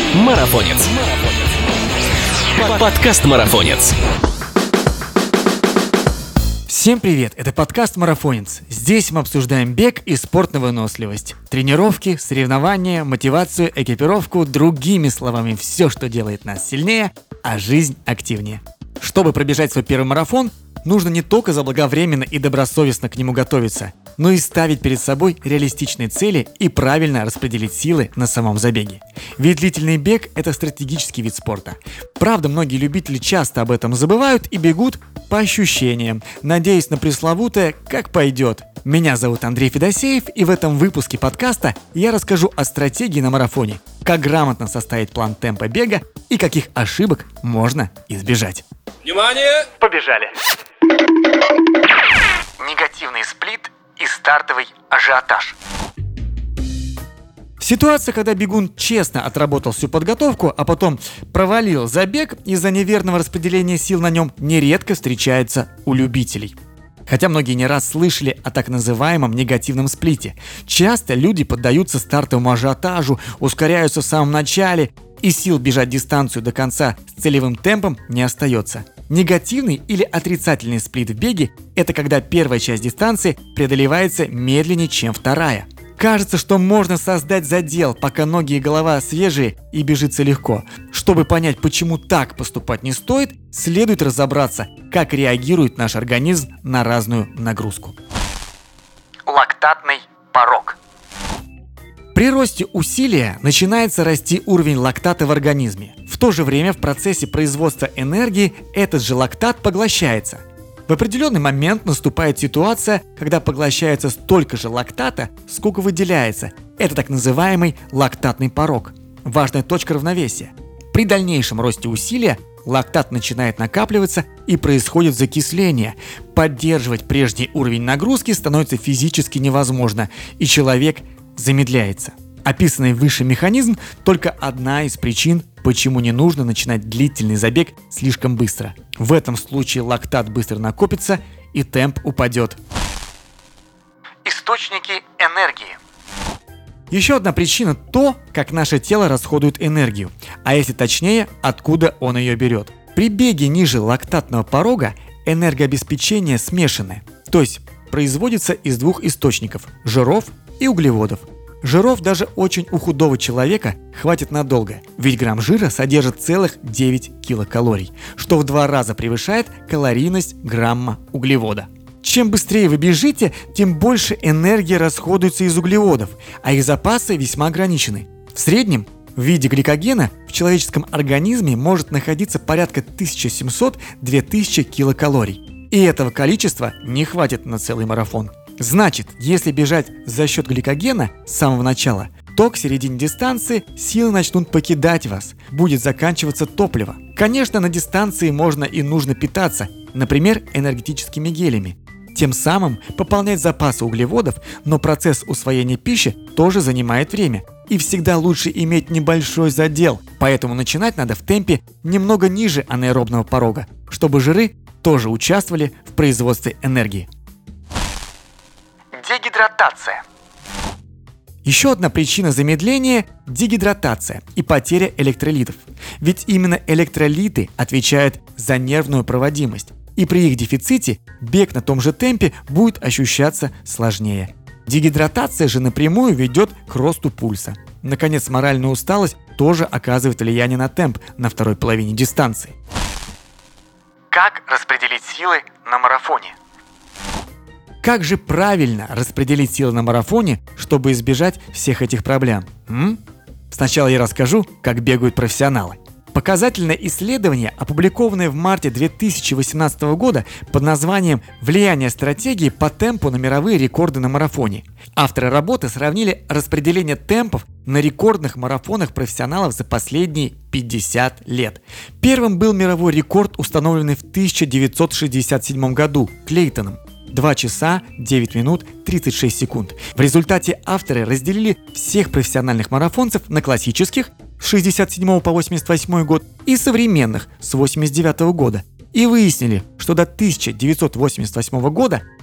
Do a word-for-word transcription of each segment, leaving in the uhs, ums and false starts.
Марафонец. Подкаст «Марафонец». Всем привет, это подкаст «Марафонец». Здесь мы обсуждаем бег и спорт на выносливость. Тренировки, соревнования, мотивацию, экипировку, другими словами, все, что делает нас сильнее, а жизнь активнее. Чтобы пробежать свой первый марафон, нужно не только заблаговременно и добросовестно к нему готовиться, но и ставить перед собой реалистичные цели и правильно распределить силы на самом забеге. Ведь длительный бег – это стратегический вид спорта. Правда, многие любители часто об этом забывают и бегут по ощущениям, надеясь на пресловутое «как пойдет». Меня зовут Андрей Федосеев, и в этом выпуске подкаста я расскажу о стратегии на марафоне, как грамотно составить план темпа бега и каких ошибок можно избежать. Внимание! Побежали! Негативный сплит и стартовый ажиотаж. Ситуация, когда бегун честно отработал всю подготовку, а потом провалил забег из-за неверного распределения сил на нем, нередко встречается у любителей. Хотя многие не раз слышали о так называемом негативном сплите. Часто люди поддаются стартовому ажиотажу, ускоряются в самом начале, и сил бежать дистанцию до конца с целевым темпом не остается. Негативный или отрицательный сплит в беге – это когда первая часть дистанции преодолевается медленнее, чем вторая. Кажется, что можно создать задел, пока ноги и голова свежие и бежится легко. Чтобы понять, почему так поступать не стоит, следует разобраться, как реагирует наш организм на разную нагрузку. Лактатный порог. При росте усилия начинается расти уровень лактата в организме. В то же время в процессе производства энергии этот же лактат поглощается. В определенный момент наступает ситуация, когда поглощается столько же лактата, сколько выделяется. Это так называемый лактатный порог. Важная точка равновесия. При дальнейшем росте усилия лактат начинает накапливаться и происходит закисление. Поддерживать прежний уровень нагрузки становится физически невозможно, и человек замедляется. Описанный выше механизм – только одна из причин, почему не нужно начинать длительный забег слишком быстро. В этом случае лактат быстро накопится и темп упадет. Источники энергии. Еще одна причина – то, как наше тело расходует энергию, а если точнее, откуда он ее берет. При беге ниже лактатного порога энергообеспечение смешанное, то есть производится из двух источников – жиров и углеводов. Жиров даже очень у худого человека хватит надолго, ведь грамм жира содержит целых девять килокалорий, что в два раза превышает калорийность грамма углевода. Чем быстрее вы бежите, тем больше энергии расходуется из углеводов, а их запасы весьма ограничены. В среднем в виде гликогена в человеческом организме может находиться порядка тысяча семьсот - две тысячи килокалорий, и этого количества не хватит на целый марафон. Значит, если бежать за счет гликогена с самого начала, то к середине дистанции силы начнут покидать вас, будет заканчиваться топливо. Конечно, на дистанции можно и нужно питаться, например, энергетическими гелями. Тем самым пополнять запасы углеводов, но процесс усвоения пищи тоже занимает время. И всегда лучше иметь небольшой задел, поэтому начинать надо в темпе немного ниже анаэробного порога, чтобы жиры тоже участвовали в производстве энергии. Дегидратация. Еще одна причина замедления – дегидратация и потеря электролитов. Ведь именно электролиты отвечают за нервную проводимость, и при их дефиците бег на том же темпе будет ощущаться сложнее. Дегидратация же напрямую ведет к росту пульса. Наконец, моральная усталость тоже оказывает влияние на темп на второй половине дистанции. Как распределить силы на марафоне? Как же правильно распределить силы на марафоне, чтобы избежать всех этих проблем? М? Сначала я расскажу, как бегают профессионалы. Показательное исследование, опубликованное в марте две тысячи восемнадцатого года под названием «Влияние стратегии по темпу на мировые рекорды на марафоне». Авторы работы сравнили распределение темпов на рекордных марафонах профессионалов за последние пятьдесят лет. Первым был мировой рекорд, установленный в тысяча девятьсот шестьдесят седьмом году Клейтоном. два часа девять минут тридцать шесть секунд. В результате авторы разделили всех профессиональных марафонцев на классических с шестьдесят седьмого по восемьдесят восьмой год и современных с восемьдесят девятого года и выяснили, что до тысяча девятьсот восемьдесят восьмого года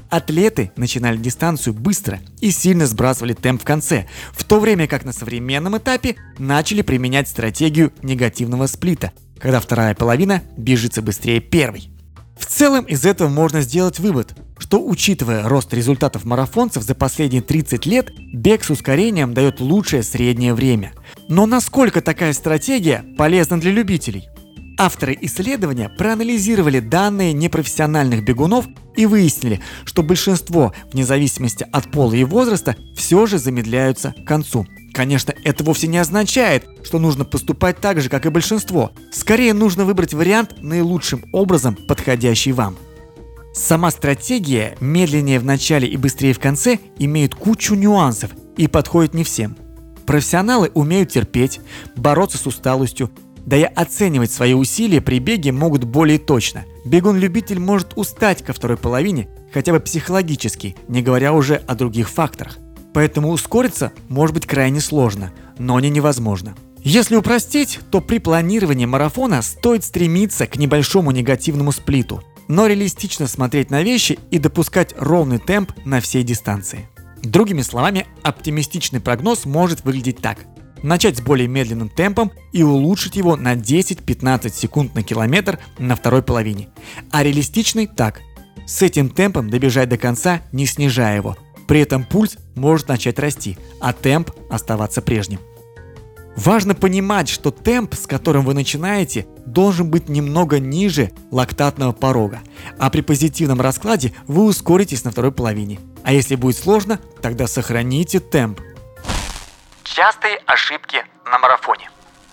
Атлеты начинали дистанцию быстро и сильно сбрасывали темп в конце, в то время как на современном этапе начали применять стратегию негативного сплита, когда вторая половина бежится быстрее первой. В целом из этого можно сделать вывод, что, учитывая рост результатов марафонцев за последние тридцать лет, бег с ускорением дает лучшее среднее время. Но насколько такая стратегия полезна для любителей? Авторы исследования проанализировали данные непрофессиональных бегунов и выяснили, что большинство, вне зависимости от пола и возраста, все же замедляются к концу. Конечно, это вовсе не означает, что нужно поступать так же, как и большинство. Скорее, нужно выбрать вариант наилучшим образом подходящий вам. Сама стратегия медленнее в начале и быстрее в конце имеет кучу нюансов и подходит не всем. Профессионалы умеют терпеть, бороться с усталостью, да и оценивать свои усилия при беге могут более точно. Бегун-любитель может устать ко второй половине, хотя бы психологически, не говоря уже о других факторах. Поэтому ускориться может быть крайне сложно, но не невозможно. Если упростить, то при планировании марафона стоит стремиться к небольшому негативному сплиту, но реалистично смотреть на вещи и допускать ровный темп на всей дистанции. Другими словами, оптимистичный прогноз может выглядеть так. Начать с более медленным темпом и улучшить его на десять-пятнадцать секунд на километр на второй половине. А реалистичный так. С этим темпом добежать до конца, не снижая его. При этом пульс может начать расти, а темп оставаться прежним. Важно понимать, что темп, с которым вы начинаете, должен быть немного ниже лактатного порога, а при позитивном раскладе вы ускоритесь на второй половине. А если будет сложно, тогда сохраните темп. Частые ошибки на марафоне.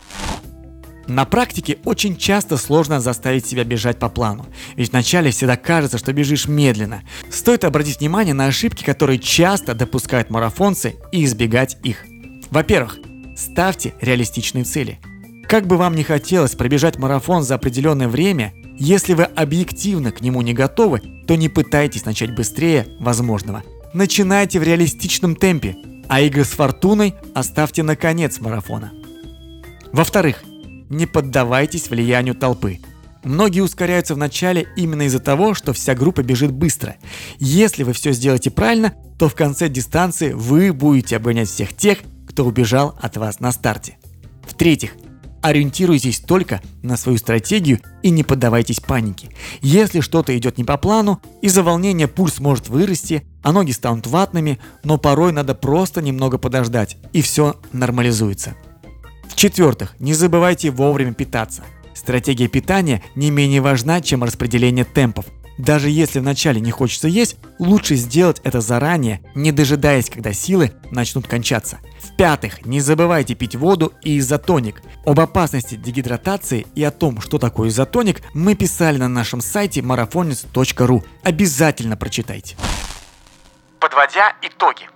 На практике очень часто сложно заставить себя бежать по плану, ведь вначале всегда кажется, что бежишь медленно. Стоит обратить внимание на ошибки, которые часто допускают марафонцы, и избегать их. Во-первых, ставьте реалистичные цели. Как бы вам ни хотелось пробежать марафон за определенное время, если вы объективно к нему не готовы, то не пытайтесь начать быстрее возможного. Начинайте в реалистичном темпе, а игры с фортуной оставьте на конец марафона. Во-вторых, не поддавайтесь влиянию толпы. Многие ускоряются в начале именно из-за того, что вся группа бежит быстро. Если вы все сделаете правильно, то в конце дистанции вы будете обгонять всех тех, кто убежал от вас на старте. В-третьих, ориентируйтесь только на свою стратегию и не поддавайтесь панике. Если что-то идет не по плану, из-за волнения пульс может вырасти, а ноги станут ватными, но порой надо просто немного подождать, и все нормализуется. В-четвертых, не забывайте вовремя питаться. Стратегия питания не менее важна, чем распределение темпов. Даже если вначале не хочется есть, лучше сделать это заранее, не дожидаясь, когда силы начнут кончаться. В-пятых, не забывайте пить воду и изотоник. Об опасности дегидратации и о том, что такое изотоник, мы писали на нашем сайте марафонец точка ру. Обязательно прочитайте. Подводя итоги.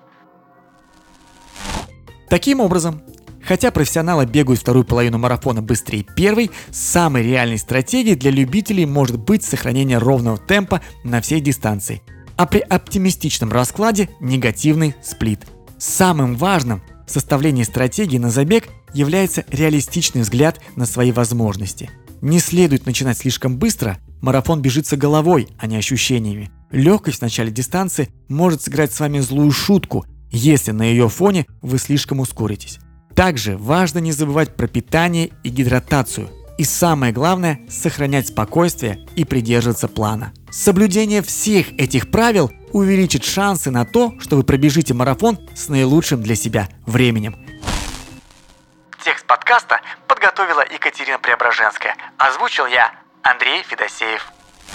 Таким образом, хотя профессионалы бегают вторую половину марафона быстрее первой, самой реальной стратегией для любителей может быть сохранение ровного темпа на всей дистанции, а при оптимистичном раскладе негативный сплит. Самым важным в составлении стратегии на забег является реалистичный взгляд на свои возможности. Не следует начинать слишком быстро, марафон бежится головой, а не ощущениями. Легкость в начале дистанции может сыграть с вами злую шутку, если на ее фоне вы слишком ускоритесь. Также важно не забывать про питание и гидратацию. И самое главное – сохранять спокойствие и придерживаться плана. Соблюдение всех этих правил увеличит шансы на то, что вы пробежите марафон с наилучшим для себя временем. Текст подкаста подготовила Екатерина Преображенская. Озвучил я, Андрей Федосеев.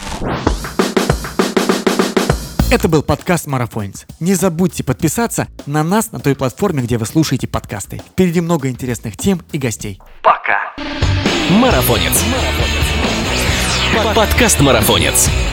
Это был подкаст «Марафонец». Не забудьте подписаться на нас на той платформе, где вы слушаете подкасты. Впереди много интересных тем и гостей. Пока. Марафонец. Подкаст «Марафонец».